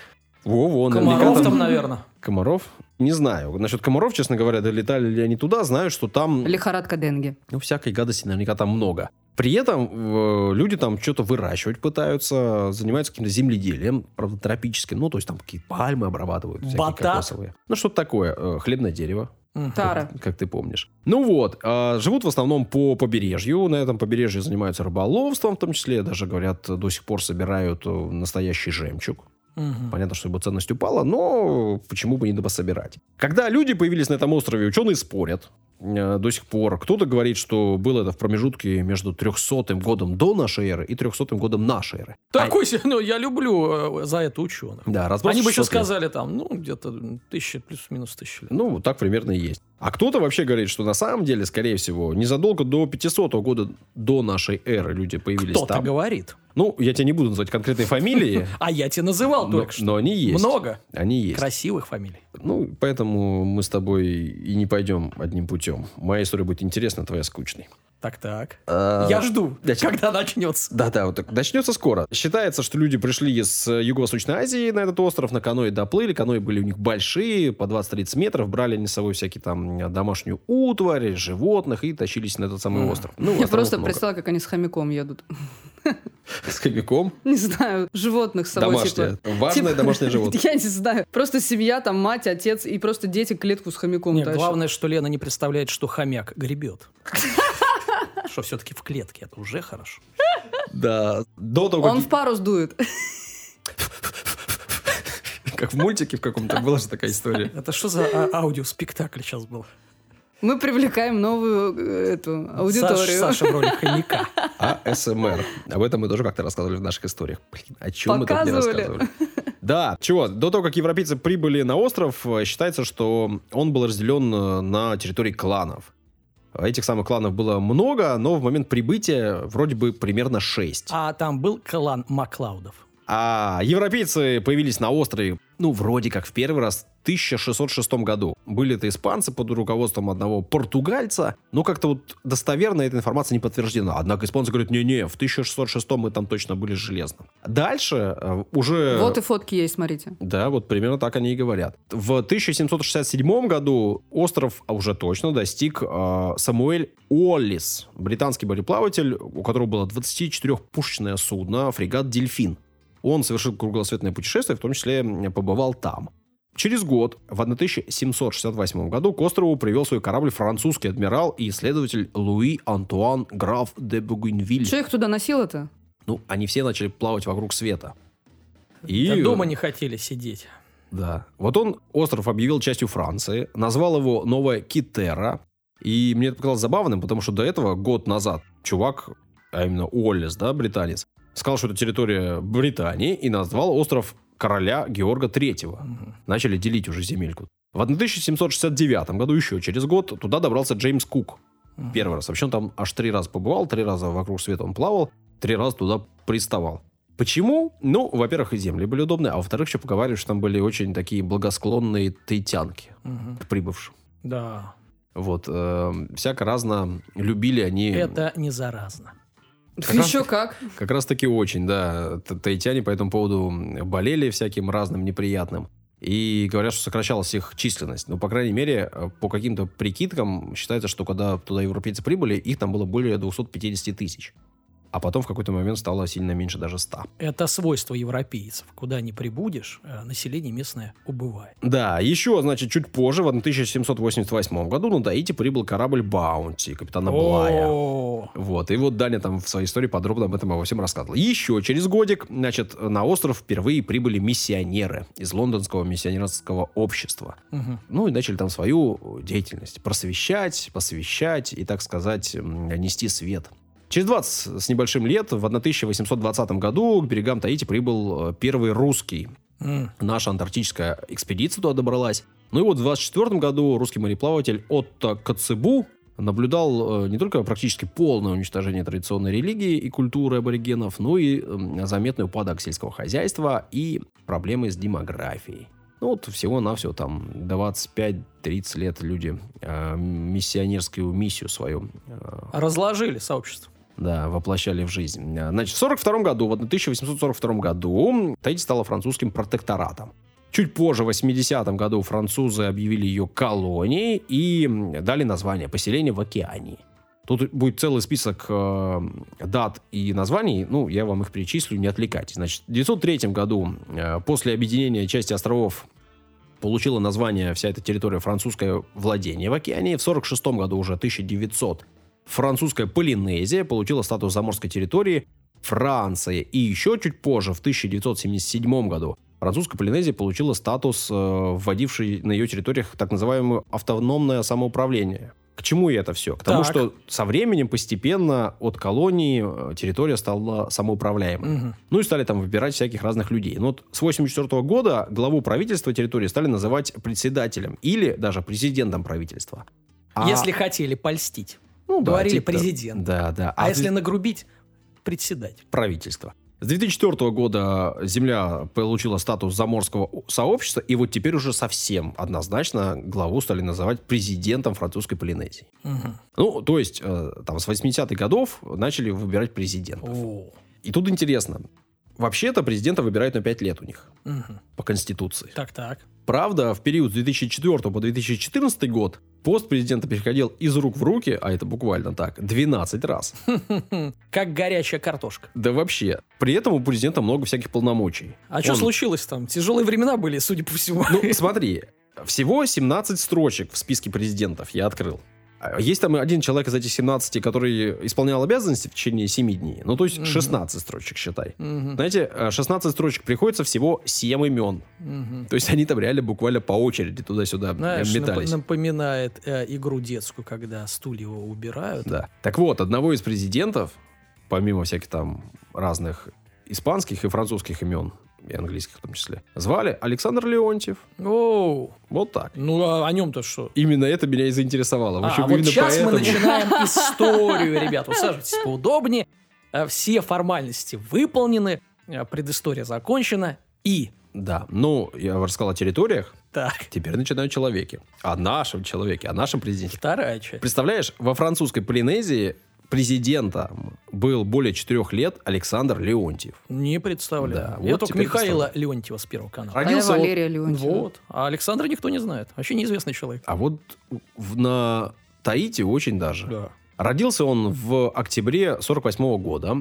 Во-во, наверняка Комаров там- там, наверное. Комаров? Не знаю. Насчет комаров, честно говоря, долетали ли они туда. Знаю, что там... Лихорадка денге. Ну, всякой гадости наверняка там много. При этом э, люди там что-то выращивать пытаются, занимаются каким-то земледелием, правда, тропическим. Ну, то есть там какие-то пальмы обрабатывают, всякие Батат. кокосовые. Ну, что-то такое. э, хлебное дерево, Мгм. Тара. как ты помнишь. Ну вот, а, живут в основном по побережью. На этом побережье занимаются рыболовством, в том числе, даже, говорят, до сих пор собирают э, настоящий жемчуг. Мгм. Понятно, что его ценность упала, но почему бы не добособирать? Когда люди появились на этом острове, ученые спорят э, до сих пор. Кто-то говорит, что было это в промежутке между трехсотым годом до нашей эры и трехсотым годом нашей эры. Такой себе, ну, я люблю э, за это ученых. Да, разброс Они бы еще шестьсот лет. сказали там, ну, где-то тысяча плюс-минус тысяча лет. Ну, так примерно и есть. А кто-то вообще говорит, что на самом деле, скорее всего, незадолго до пятисотого года до нашей эры люди появились Кто-то там. говорит. Ну, я тебе не буду называть конкретные фамилии, А я тебе называл но, только что. но они есть. Много Они есть. красивых фамилий. Ну, поэтому мы с тобой и не пойдем одним путем. Моя история будет интересна, твоя скучной. Так-так. А, Я жду, да, чё- когда начнется. Да-да, вот так. Начнется скоро. Считается, что люди пришли из э, Юго-Восточной Азии на этот остров, на каноэ доплыли. Каноэ были у них большие, по двадцать-тридцать метров. Брали они с собой всякие там домашнюю утварь, животных и тащились на этот самый Мгм. остров. Ну, Я островов просто много. представила, как они с хомяком едут. С хомяком. Не знаю, животных с собой, Домашнее. типа. Важное Типа, домашнее животное. Я не знаю. Просто семья, там мать, отец и просто дети клетку с хомяком Нет, тащат. главное, что Лена не представляет, что хомяк гребет. Что все-таки в клетке. Это уже хорошо. Да. До того, Он как, в парус дует. как в мультике в каком-то была же такая история. Это что за а- аудиоспектакль сейчас был? Мы привлекаем новую э, эту аудиторию. Саш- Саша в роли хомяка. А эс эм эр. Об этом мы тоже как-то рассказывали в наших историях. Блин, о чем мы тут не Показывали. рассказывали? Да, чего, до того, как европейцы прибыли на остров, э, считается, что он был разделен э, на территории кланов. Этих самых кланов было много, но в момент прибытия вроде бы примерно шесть. А там был клан Маклаудов. А европейцы появились на острове, ну, вроде как в первый раз в тысяча шестьсот шестом году. Были это испанцы под руководством одного португальца, но как-то вот достоверно эта информация не подтверждена. Однако испанцы говорят, не-не, в тысяча шестьсот шестом мы там точно были железно. Дальше э, уже... Вот и фотки есть, смотрите. Да, вот примерно так они и говорят. В тысяча семьсот шестьдесят седьмом году остров а уже точно достиг э, Самуэль Уоллис, британский мореплаватель, у которого было двадцатичетырёхпушечное судно, фрегат «Дельфин». Он совершил кругосветное путешествие, в том числе побывал там. Через год, в тысяча семьсот шестьдесят восьмом году, к острову привел свой корабль французский адмирал и исследователь Луи Антуан граф де Бугенвиль. Что их туда носило-то? Ну, они все начали плавать вокруг света. И... Да дома не хотели сидеть. Да. Вот он остров объявил частью Франции, назвал его Новая Китера. И мне это показалось забавным, потому что до этого, год назад, чувак, а именно Уоллес, да, британец, сказал, что это территория Британии, и назвал остров короля Георга Третьего. Угу. Начали делить уже земельку. В тысяча семьсот шестьдесят девятом году, еще через год, туда добрался Джеймс Кук. Угу. Первый раз. Вообще он там аж три раза побывал, три раза вокруг света он плавал, три раза туда приставал. Почему? Ну, во-первых, и земли были удобные, а во-вторых, еще поговаривали, что там были очень такие благосклонные таитянки угу. к прибывшим. Да. Вот. Э, всяко разно любили они... Это не заразно. Как Еще раз, как. Как раз таки очень, да. Таитяне по этому поводу болели всяким разным неприятным. И говорят, что сокращалась их численность. Ну, по крайней мере, по каким-то прикидкам считается, что когда туда европейцы прибыли, их там было более двести пятьдесят тысяч. А потом в какой-то момент стало сильно меньше, даже ста. Это свойство европейцев. Куда ни прибудешь, население местное убывает. Да, еще, значит, чуть позже, в тысяча семьсот восемьдесят восьмом году на Таити прибыл корабль Баунти, капитана Блая. Вот, и вот Даня там в своей истории подробно об этом обо всем рассказывал. Еще через годик, значит, на остров впервые прибыли миссионеры из лондонского миссионерского общества. Угу. Ну, и начали там свою деятельность просвещать, посвящать и, так сказать, нести свет. Через двадцать с небольшим лет, в тысяча восемьсот двадцатом году, к берегам Таити прибыл первый русский. Mm. Наша антарктическая экспедиция туда добралась. Ну и вот в двадцать четвёртом году русский мореплаватель Отто Коцебу наблюдал не только практически полное уничтожение традиционной религии и культуры аборигенов, но и заметный упадок сельского хозяйства и проблемы с демографией. Ну вот всего-навсего там двадцать пять тридцать лет люди э, миссионерскую миссию свою э, разложили сообщество. Да, воплощали в жизнь. Значит, в сорок втором году, в тысяча восемьсот сорок втором году Таити стала французским протекторатом. Чуть позже, в восьмидесятом году, французы объявили ее колонией и дали название «Поселение в океании». Тут будет целый список э, дат и названий, ну, я вам их перечислю, не отвлекайтесь. Значит, в девятьсот третьем году, э, после объединения части островов, получила название вся эта территория «Французское владение в океане». В сорок шестом году, уже тысяча девятьсот, французская Полинезия получила статус заморской территории. Франция. И еще чуть позже, в тысяча девятьсот семьдесят седьмом году, французская Полинезия получила статус, э, вводивший на ее территориях так называемое автономное самоуправление. К чему это все? К тому, так. что со временем постепенно от колонии территория стала самоуправляемой. Угу. Ну и стали там выбирать всяких разных людей. Но вот с восемьдесят четвёртого года главу правительства территории стали называть председателем или даже президентом правительства. А... Если хотели польстить. Ну, говорили да, типа, президент. Да, да. А, а если ты... нагрубить, председатель. Правительство. С две тысячи четвёртого года земля получила статус заморского сообщества, и вот теперь уже совсем однозначно главу стали называть президентом французской Полинезии. Угу. Ну, то есть, э, там, с восьмидесятых годов начали выбирать президентов. О. И тут интересно. Вообще-то президента выбирают на пять лет у них. Угу. По Конституции. Так-так. Правда, в период с две тысячи четвёртого по две тысячи четырнадцатый год пост президента переходил из рук в руки, а это буквально так, двенадцать раз. Как горячая картошка. Да вообще. При этом у президента много всяких полномочий. А что случилось там? Тяжелые времена были, судя по всему. Ну, смотри, всего семнадцать строчек в списке президентов я открыл. Есть там один человек из этих семнадцати, который исполнял обязанности в течение семи дней. Ну, то есть шестнадцать строчек, считай. Угу. Знаете, шестнадцать строчек приходится всего семь имен. Угу. То есть они там реально буквально по очереди туда-сюда Знаешь, метались. Нап- напоминает э, игру детскую, когда стулья убирают. Да. Так вот, одного из президентов, помимо всяких там разных испанских и французских имен, и английских в том числе, звали Александр Леонтьев. Оу. Вот так. Ну, а о нем-то что? Именно это меня и заинтересовало. В общем, а, вот сейчас поэтому... мы начинаем историю, ребят. Усаживайтесь поудобнее. Все формальности выполнены, предыстория закончена. И... Да, ну, я рассказал о территориях. Так. Теперь начинаю о человеке. О нашем человеке, о нашем президенте. Вторая часть. Представляешь, во французской Полинезии президентом был более четырех лет Александр Леонтьев. Не представляю. Да, Я вот только Михаила Леонтьева с Первого канала. Родился а я он... Валерия Леонтьева. Вот. А Александра никто не знает. Вообще неизвестный человек. А вот в, на Таити очень даже. Да. Родился он в октябре сорок восьмого года.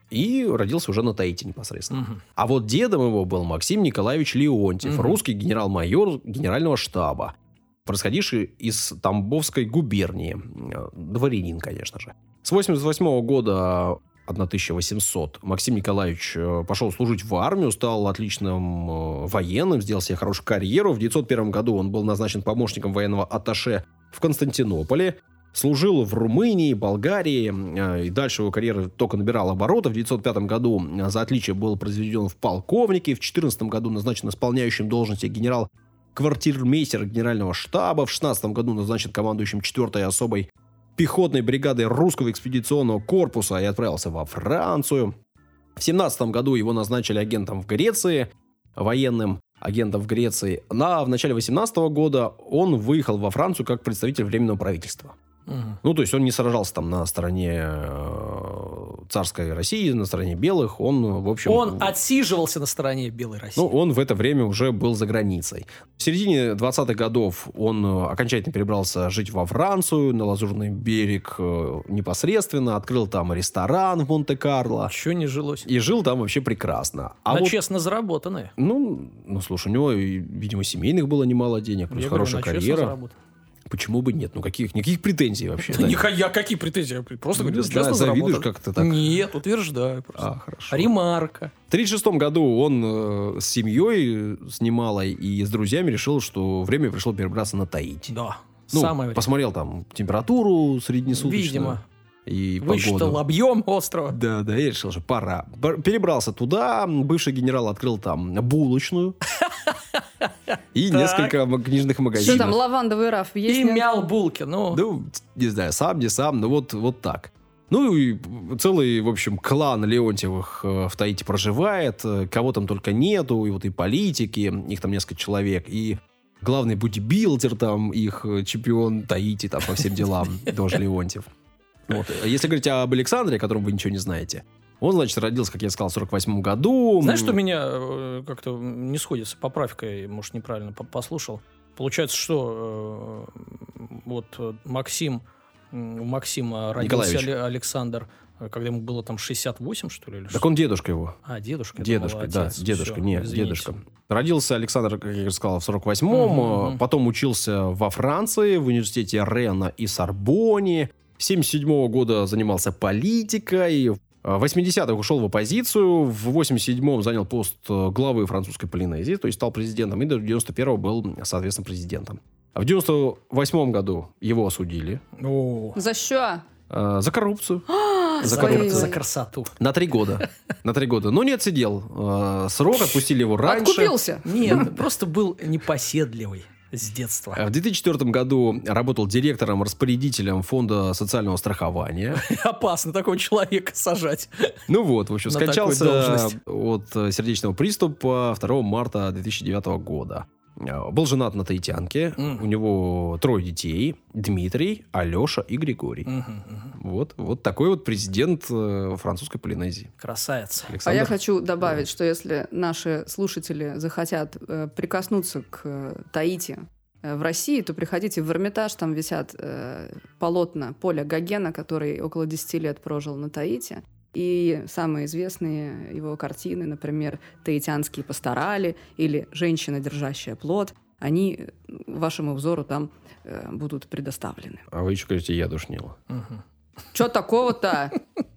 И родился уже на Таити непосредственно. Мгм. А вот дедом его был Максим Николаевич Леонтьев, Мгм. русский генерал-майор генерального штаба, происходивший из Тамбовской губернии. Э, Дворянин, конечно же. С восемьдесят восьмого года тысяча восемьсот Максим Николаевич э, пошел служить в армию, стал отличным э, военным, сделал себе хорошую карьеру. В девятьсот первом году он был назначен помощником военного атташе в Константинополе. Служил в Румынии, Болгарии, э, и дальше его карьера только набирала обороты. В девятьсот пятом году э, за отличие был произведен в полковнике. В две тысячи четырнадцатом году назначен исполняющим должности генерал-квартирмейстер генерального штаба. В две тысячи шестнадцатом году назначен командующим четвертой особой пехотной бригадой русского экспедиционного корпуса и отправился во Францию. В две тысячи семнадцатом году его назначили агентом в Греции, военным агентом в Греции. А в начале две тысячи восемнадцатого года он выехал во Францию как представитель Временного правительства. Мгм. Ну, то есть он не сражался там на стороне э, царской России, на стороне белых. Он, в общем... Он отсиживался на стороне Белой России. Ну, он в это время уже был за границей. В середине двадцатых годов он э, окончательно перебрался жить во Францию, на Лазурный берег э, непосредственно, открыл там ресторан в Монте-Карло. Чего не жилось? И жил там вообще прекрасно. А на вот, честно заработанные. ну, ну, слушай, у него, и, видимо, семейных было немало денег, плюс Я говорю, хорошая на честно карьера. заработанные. Почему бы нет? Ну, каких, никаких претензий вообще. Да никак- я какие претензии? Я просто Ну, говорю, не знаю, честно завидуешь заработал. как-то так? Нет, утверждаю просто. А, хорошо. Ремарка. В тридцать шестом году он э, с семьей, э, с немалой и с друзьями решил, что время пришло перебраться на Таити. Да, Ну, самое время. посмотрел там температуру среднесуточную. Видимо. И Высчитал погоду. объем острова. Да, да, я решил, что пора. Пер- Перебрался туда, бывший генерал открыл там булочную и Так. несколько м- книжных Что магазинов. там, лавандовый раф есть? И нет? мял булки. Ну, Ну, не знаю, сам, не сам, но вот, вот так. Ну и целый, в общем, клан Леонтьевых э, в Таити проживает. Э, Кого там только нету, и вот и политики, их там несколько человек, и главный бодибилдер там, их э, чемпион Таити там по всем делам, тоже Леонтьев. Вот. Если говорить об Александре, о котором вы ничего не знаете, он, значит, родился, как я сказал, в сорок восьмом году. знаешь, что меня э, как-то не сходится? Поправка, я, может, неправильно по- послушал. Получается, что э, вот э, Максим, м, у Максима родился Николаевич. Але- Александр, э, когда ему было там шестьдесят восемь, что ли? Или Так что? он дедушка его. А, дедушка. я Дедушка, думал, да, отец. дедушка, Всё, нет, извините. дедушка. Родился Александр, как я уже сказал, в сорок восьмом, Мгм, мгм. потом учился во Франции, в университете Рена и Сорбонне. С семьдесят седьмого года занимался политикой. В восьмидесятых ушел в оппозицию. В восемьдесят седьмом занял пост э, главы французской Полинезии, то есть стал президентом. И до девяносто первого был, соответственно, президентом. А в девяносто восьмом году его осудили О, За что? э, за коррупцию. За за, коррупцию. за красоту. На три года. На три года. Но не отсидел э, срок, отпустили его раньше. Откупился? Нет, просто был непоседливый с детства. В две тысячи четвёртом году работал директором-распорядителем фонда социального страхования. Опасно такого человека сажать. Ну вот, в общем, На такую скончался должность. от э, сердечного приступа второго марта две тысячи девятого года. Э, Был женат на таитянке. Мгм. У него трое детей. Дмитрий, Алеша и Григорий. Мгм, мгм. Вот, вот такой вот президент э, французской Полинезии. Красавец. А Александр. я хочу добавить, что если наши слушатели захотят э, прикоснуться к э, Таити э, в России, то приходите в Эрмитаж, там висят э, полотна Поля Гогена, который около десяти лет прожил на Таити. И самые известные его картины, например, «Таитянские пасторали» или «Женщина, держащая плод», они э, вашему взору там э, будут предоставлены. А вы еще говорите, я душнила. Мгм. Чё такого-то?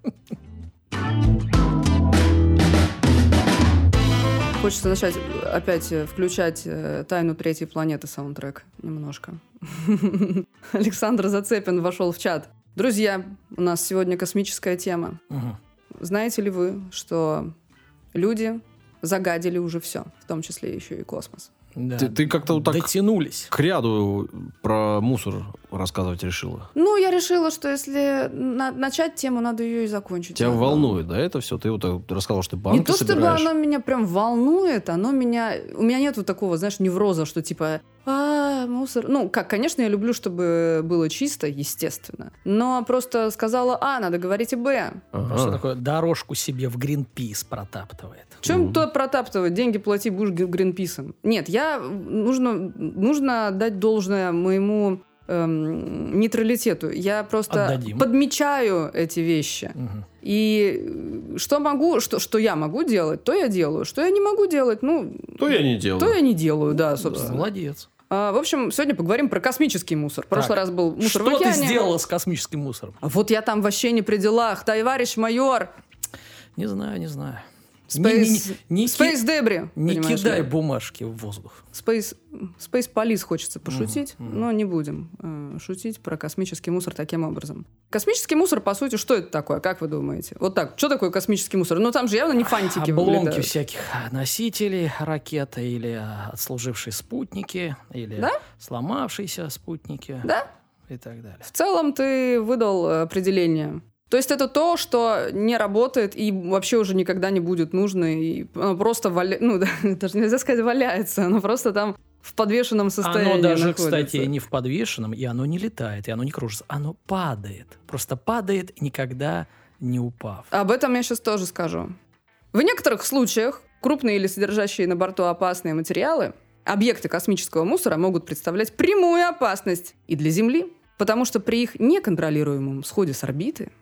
Хочется начать опять э, включать э, «Тайну третьей планеты» саундтрек немножко. Александр Зацепин вошел в чат. Друзья, у нас сегодня космическая тема. Мгм. Знаете ли вы, что люди загадили уже все, в том числе еще и космос? Да. Ты, ты как-то вот так Дотянулись. к ряду про мусор рассказывать решила. Ну, я решила, что если на- начать тему, надо ее и закончить. Тебя заодно. волнует, да, это все? Ты вот так рассказал, что ты банки Не то, чтобы собираешь. оно меня прям волнует, оно меня... У меня нет вот такого, знаешь, невроза, что типа, а, мусор... Ну, как, конечно, я люблю, чтобы было чисто, естественно. Но просто сказала А, надо говорить и Б. Ага. Что такое дорожку себе в Гринпис протаптывает. Чем Мгм. то протаптывать? Деньги плати, будешь г- Гринписом. Нет, я... Нужно, нужно отдать должное моему эм, нейтралитету. Я просто Отдадим. подмечаю эти вещи. Мгм. И что могу, что, что я могу делать, то я делаю. Что я не могу делать, ну... То я не делаю. То я не делаю, да, собственно. Да, молодец. А, в общем, сегодня поговорим про космический мусор. В прошлый Так, раз был мусор что в океане. ты сделала с космическим мусором? А вот я там вообще не при делах, товарищ майор. Не знаю, не знаю. Space, не, не, не, Space Debris. Не понимаешь кидай ли? бумажки в воздух. Space, Space Police хочется пошутить, Мгм, мгм. но не будем э, шутить про космический мусор таким образом. Космический мусор, по сути, что это такое? Как вы думаете? Вот так, что такое космический мусор? Ну, там же явно не фантики Обломки вылетают. всяких носителей ракеты или а, отслужившие спутники, или Да? сломавшиеся спутники Да? и так далее. В целом ты выдал э, определение. То есть это то, что не работает и вообще уже никогда не будет нужно, и оно просто валяется, ну, да, даже нельзя сказать валяется, оно просто там в подвешенном состоянии Оно даже, находится. кстати, не в подвешенном, и оно не летает, и оно не кружится, оно падает. Просто падает, никогда не упав. Об этом я сейчас тоже скажу. В некоторых случаях крупные или содержащие на борту опасные материалы, объекты космического мусора могут представлять прямую опасность и для Земли, потому что при их неконтролируемом сходе с орбиты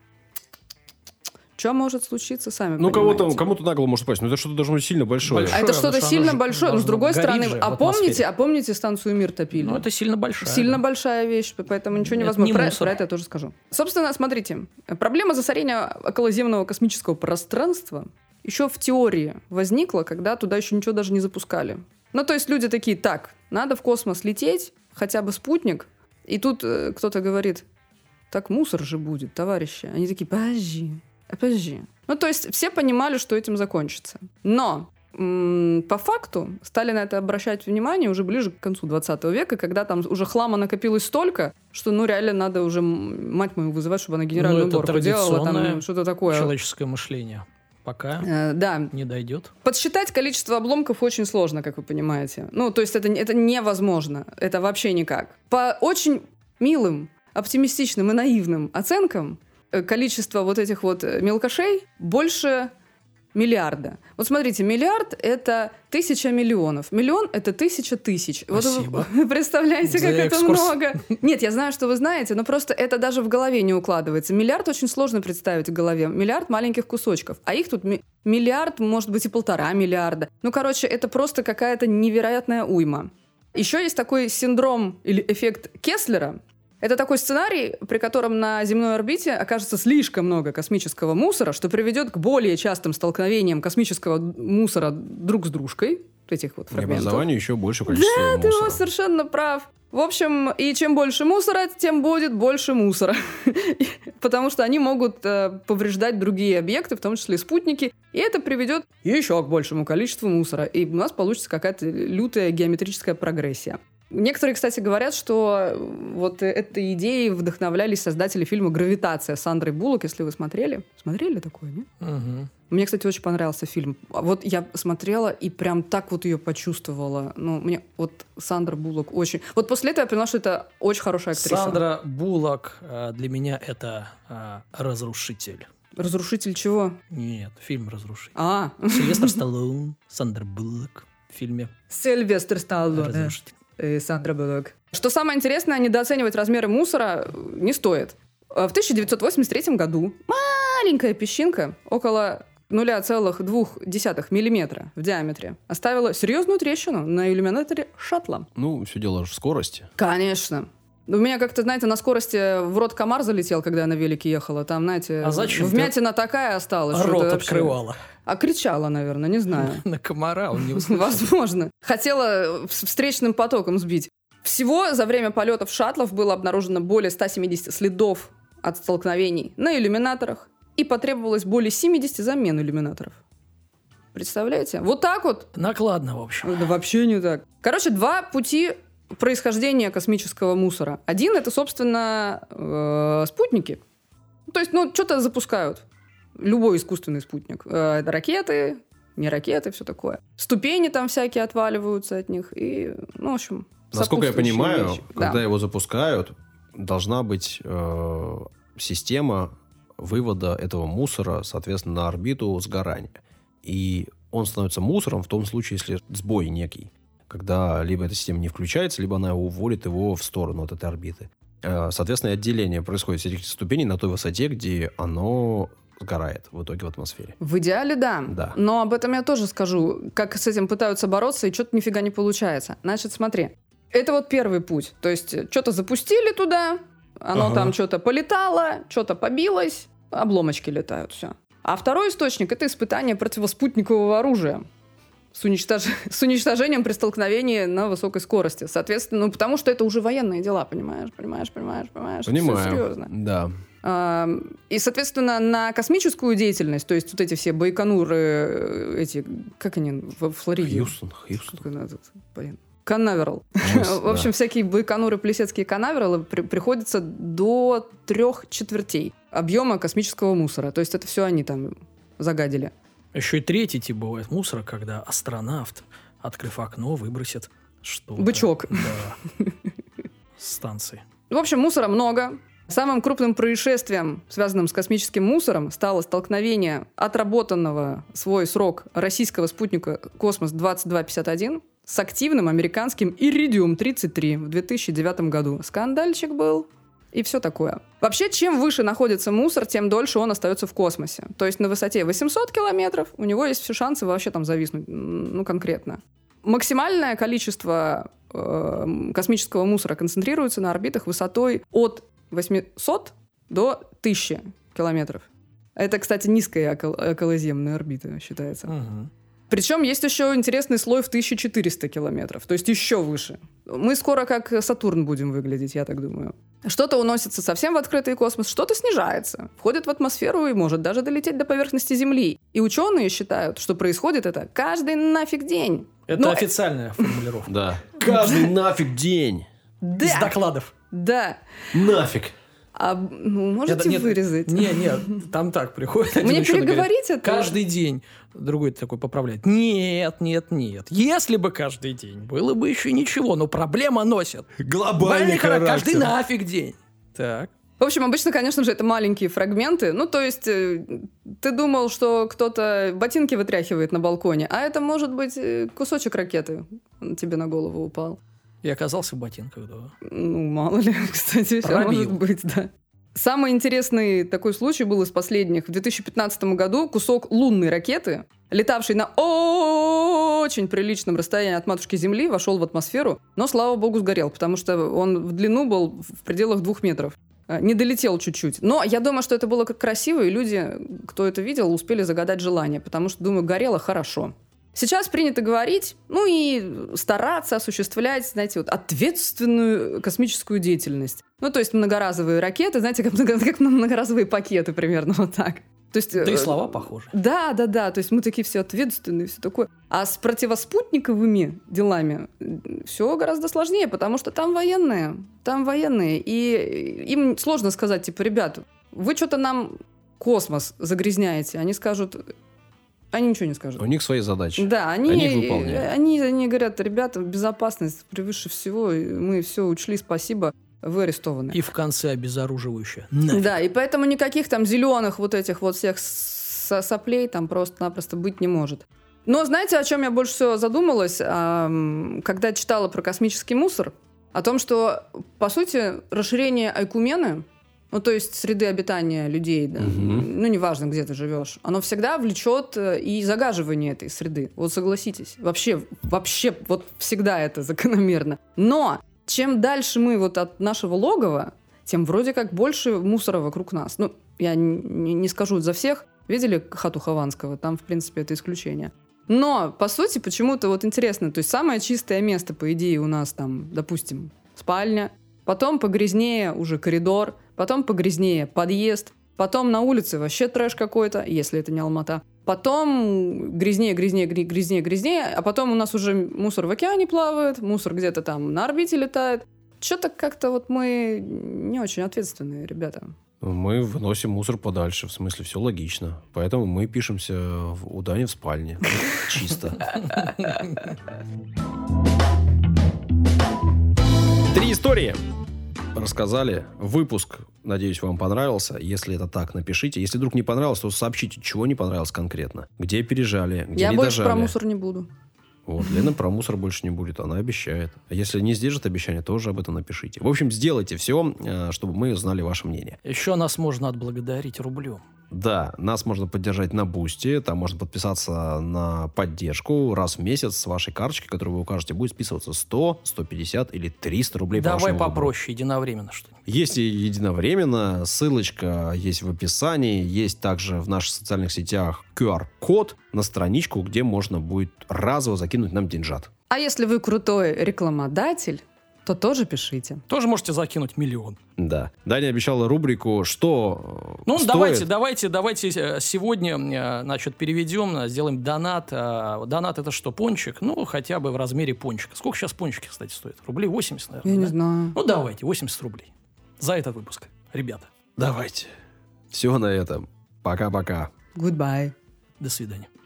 что может случиться, сами Ну, понимаете. кого-то, кому-то на голову может упасть. Но это что-то должно быть сильно большое. Большое. А это что-то потому что сильно оно же большое, но с должно другой гореть стороны, же в а помните, атмосфере. а помните станцию Мир топили? Ну, это сильно большая. Сильно да. большая вещь, поэтому ничего Это невозможно. не Про, мусор. про это я тоже скажу. Собственно, смотрите, проблема засорения околоземного космического пространства еще в теории возникла, когда туда еще ничего даже не запускали. Ну, то есть люди такие, так, надо в космос лететь, хотя бы спутник, и тут э, кто-то говорит, так мусор же будет, товарищи. Они такие, подожди, а подожди. Ну, то есть все понимали, что этим закончится. Но м- по факту стали на это обращать внимание уже ближе к концу двадцатого века, когда там уже хлама накопилось столько, что, ну, реально надо уже м- мать мою вызывать, чтобы она генеральную Ну, это уборку делала, там традиционное ну, что-то такое. Человеческое мышление. Пока Э, да. не дойдет. Подсчитать количество обломков очень сложно, как вы понимаете. Ну, то есть это, это невозможно. Это вообще никак. По очень милым, оптимистичным и наивным оценкам, э, количество вот этих вот э, мелкашей больше миллиарда. Вот смотрите, миллиард — это тысяча миллионов. Миллион — это тысяча тысяч. Вот Спасибо. вы представляете, За как это экскурс. много? Нет, я знаю, что вы знаете, но просто это даже в голове не укладывается. Миллиард очень сложно представить в голове. Миллиард маленьких кусочков. А их тут ми- миллиард, может быть, и полтора миллиарда. Ну, короче, это просто какая-то невероятная уйма. Еще есть такой синдром или эффект Кеслера. Это такой сценарий, при котором на земной орбите окажется слишком много космического мусора, что приведет к более частым столкновениям космического мусора друг с дружкой, этих вот И фрагментов. образованию еще больше количества Да, ты мусора. совершенно прав. В общем, и чем больше мусора, тем будет больше мусора. Потому что они могут э, повреждать другие объекты, в том числе спутники. И это приведет еще к большему количеству мусора. И у нас получится какая-то лютая геометрическая прогрессия. Некоторые, кстати, говорят, что вот этой идеей вдохновлялись создатели фильма «Гравитация» с Сандрой Буллок, если вы смотрели. Смотрели такое, нет? Мгм. Мне, кстати, очень понравился фильм. А Вот я смотрела и прям так вот ее почувствовала. Ну, мне вот Сандра Буллок очень... Вот после этого я поняла, что это очень хорошая актриса. Сандра Буллок э, для меня это э, разрушитель. Разрушитель чего? Нет, фильм «Разрушитель». А, Сильвестр Сталлоне, Сандра Буллок в фильме Сильвестр Сталлоне. «Разрушитель». И Сандра Буллок. Что самое интересное, недооценивать размеры мусора не стоит. В тысяча девятьсот восемьдесят третьем году маленькая песчинка, около ноль целых две десятых миллиметра в диаметре, оставила серьезную трещину на иллюминаторе шаттла. Ну, все дело в скорости. Конечно. У меня как-то, знаете, на скорости в рот комар залетел, когда я на велике ехала. Там, знаете, А зачем ты вмятина такая осталась. что Рот это вообще- открывала. А кричала, наверное, не знаю. На комара он не услышал. Возможно. Хотела в- встречным потоком сбить. Всего за время полетов шаттлов было обнаружено более ста семидесяти следов от столкновений на иллюминаторах, и потребовалось более семидесяти замен иллюминаторов. Представляете? Вот так вот. Накладно, в общем. Да вообще не так. Короче, два пути происхождения космического мусора. Один — это, собственно, э, спутники. То есть, ну, что-то запускают. Любой искусственный спутник. Э, это ракеты, не ракеты, все такое. Ступени там всякие отваливаются от них. И, ну, в общем, Насколько я сопутствующие понимаю, вещи. когда Да. его запускают, должна быть э, система вывода этого мусора, соответственно, на орбиту сгорания. И он становится мусором в том случае, если сбой некий, когда либо эта система не включается, либо она уводит его в сторону от этой орбиты. Э, соответственно, отделение происходит с этих ступеней на той высоте, где оно сгорает в итоге в атмосфере. В идеале, да. Да. Но об этом я тоже скажу. Как с этим пытаются бороться, и что-то нифига не получается. Значит, смотри. Это вот первый путь. То есть, что-то запустили туда, оно Ага. там что-то полетало, что-то побилось, обломочки летают, все. А второй источник — это испытание противоспутникового оружия с, уничтож... с уничтожением при столкновении на высокой скорости. Соответственно, ну, потому что это уже военные дела, понимаешь? Понимаешь, понимаешь, понимаешь? Понимаю. Все серьезно. Да. А, и, соответственно, на космическую деятельность, то есть вот эти все Байконуры, эти, как они в Флориде? Хьюстон, Хьюстон. Как он этот, блин? Канаверал. Мыс, В общем, да. всякие Байконуры, Плесецкие канавералы при- приходится до трех четвертей объема космического мусора. То есть это все они там загадили. Еще и третий тип бывает мусора, когда астронавт, открыв окно, выбросит что-то. Бычок. Да. С станции. В общем, мусора много. Самым крупным происшествием, связанным с космическим мусором, стало столкновение отработанного свой срок российского спутника «Космос двадцать два пятьдесят один» с активным американским «Иридиум тридцать три» в две тысячи девятом году. Скандальчик был. И все такое. Вообще, чем выше находится мусор, тем дольше он остается в космосе. То есть на высоте восемьсот километров у него есть все шансы вообще там зависнуть. Ну, конкретно. Максимальное количество э, космического мусора концентрируется на орбитах высотой от восьмисот до тысячи километров. Это, кстати, низкая около- околоземная орбита считается. Угу. Причем есть еще интересный слой в тысяча четыреста километров, то есть еще выше. Мы скоро как Сатурн будем выглядеть, я так думаю. Что-то уносится совсем в открытый космос, что-то снижается, входит в атмосферу и может даже долететь до поверхности Земли. И ученые считают, что происходит это каждый нафиг день. Это Но- официальная формулировка. Да. Каждый нафиг день. Да, Из докладов. да. Нафиг. А, ну, можете Нет, вырезать? Не, нет, там так приходит. один Мне ученый переговорить говорит, это? каждый день. Другой такой поправляет. Нет, нет, нет. Если бы каждый день, было бы еще ничего, но проблема носит. Глобальный Больный характер. Каждый характер. нафиг день. Так. В общем, обычно, конечно же, это маленькие фрагменты. Ну, то есть, э, ты думал, что кто-то ботинки вытряхивает на балконе, а это может быть э, кусочек ракеты тебе на голову упал. И оказался в ботинках, да. Ну, мало ли, кстати, все Пробил. может быть, да. Самый интересный такой случай был из последних. В две тысячи пятнадцатом году кусок лунной ракеты, летавший на очень приличном расстоянии от матушки Земли, вошел в атмосферу, но, слава богу, сгорел, потому что он в длину был в пределах двух метров. Не долетел чуть-чуть. Но я думаю, что это было как красиво, и люди, кто это видел, успели загадать желание, потому что, думаю, горело хорошо. Сейчас принято говорить, ну и стараться осуществлять, знаете, вот ответственную космическую деятельность. Ну, то есть многоразовые ракеты, знаете, как, много, как многоразовые пакеты примерно вот так. То есть, Да и э, слова похожи. Да, да, да. То есть мы такие все ответственные, все такое. А с противоспутниковыми делами все гораздо сложнее, потому что там военные. Там военные. И им сложно сказать, типа, ребят, вы что-то нам космос загрязняете. Они скажут... Они ничего не скажут. У них свои задачи. Да, они, Они их выполняют. они, они говорят, ребята, безопасность превыше всего, и мы все учли, спасибо, вы арестованы. И в конце обезоруживающее. Нафиг. Да, и поэтому никаких там зеленых вот этих вот всех со- соплей там просто-напросто быть не может. Но знаете, о чем я больше всего задумалась, ам, когда читала про космический мусор? О том, что, по сути, расширение айкумены, ну, то есть среды обитания людей, да, Мгм. ну, неважно, где ты живешь, оно всегда влечет э, и загаживание этой среды. Вот согласитесь. Вообще, вообще, вот всегда это закономерно. Но чем дальше мы вот от нашего логова, тем вроде как больше мусора вокруг нас. Ну, я не, не скажу за всех. Видели хату Хованского? Там, в принципе, это исключение. Но, по сути, почему-то вот интересно, то есть самое чистое место, по идее, у нас там, допустим, спальня, потом погрязнее уже коридор, потом погрязнее подъезд, потом на улице вообще трэш какой-то, если это не Алмата. Потом грязнее, грязнее, гря- грязнее, грязнее, а потом у нас уже мусор в океане плавает, мусор где-то там на орбите летает. Что-то как-то вот мы не очень ответственные ребята. Мы выносим мусор подальше, в смысле, все логично. Поэтому мы пишемся в- у Дани в спальне. Чисто. Три истории рассказали. Выпуск, надеюсь, вам понравился. Если это так, напишите. Если вдруг не понравилось, то сообщите, чего не понравилось конкретно. Где пережали, где Я не больше дожали. про мусор не буду. Вот, Лена про мусор больше не будет, она обещает. А если не сдержит обещание, тоже об этом напишите. В общем, сделайте все, чтобы мы знали ваше мнение. Еще нас можно отблагодарить рублем. Да, нас можно поддержать на Бусти, там можно подписаться на поддержку раз в месяц с вашей карточки, которую вы укажете, будет списываться сто, сто пятьдесят или триста рублей. Давай по вашему попроще, выбору. Единовременно что-нибудь. Есть и единовременно, ссылочка есть в описании, есть также в наших социальных сетях ку ар-код на страничку, где можно будет разово закинуть нам деньжат. А если вы крутой рекламодатель, то тоже пишите. Тоже можете закинуть миллион. Да. Даня обещала рубрику «Что Ну, стоит?» давайте, давайте, давайте сегодня, значит, переведем, сделаем донат. Донат — это что, пончик? Ну, хотя бы в размере пончика. Сколько сейчас пончики, кстати, стоят? Рублей восемьдесят, наверное, Я да? не знаю. Ну, давайте, восемьдесят рублей. За этот выпуск, ребята. Давайте. Все на этом. Пока-пока. Goodbye. До свидания.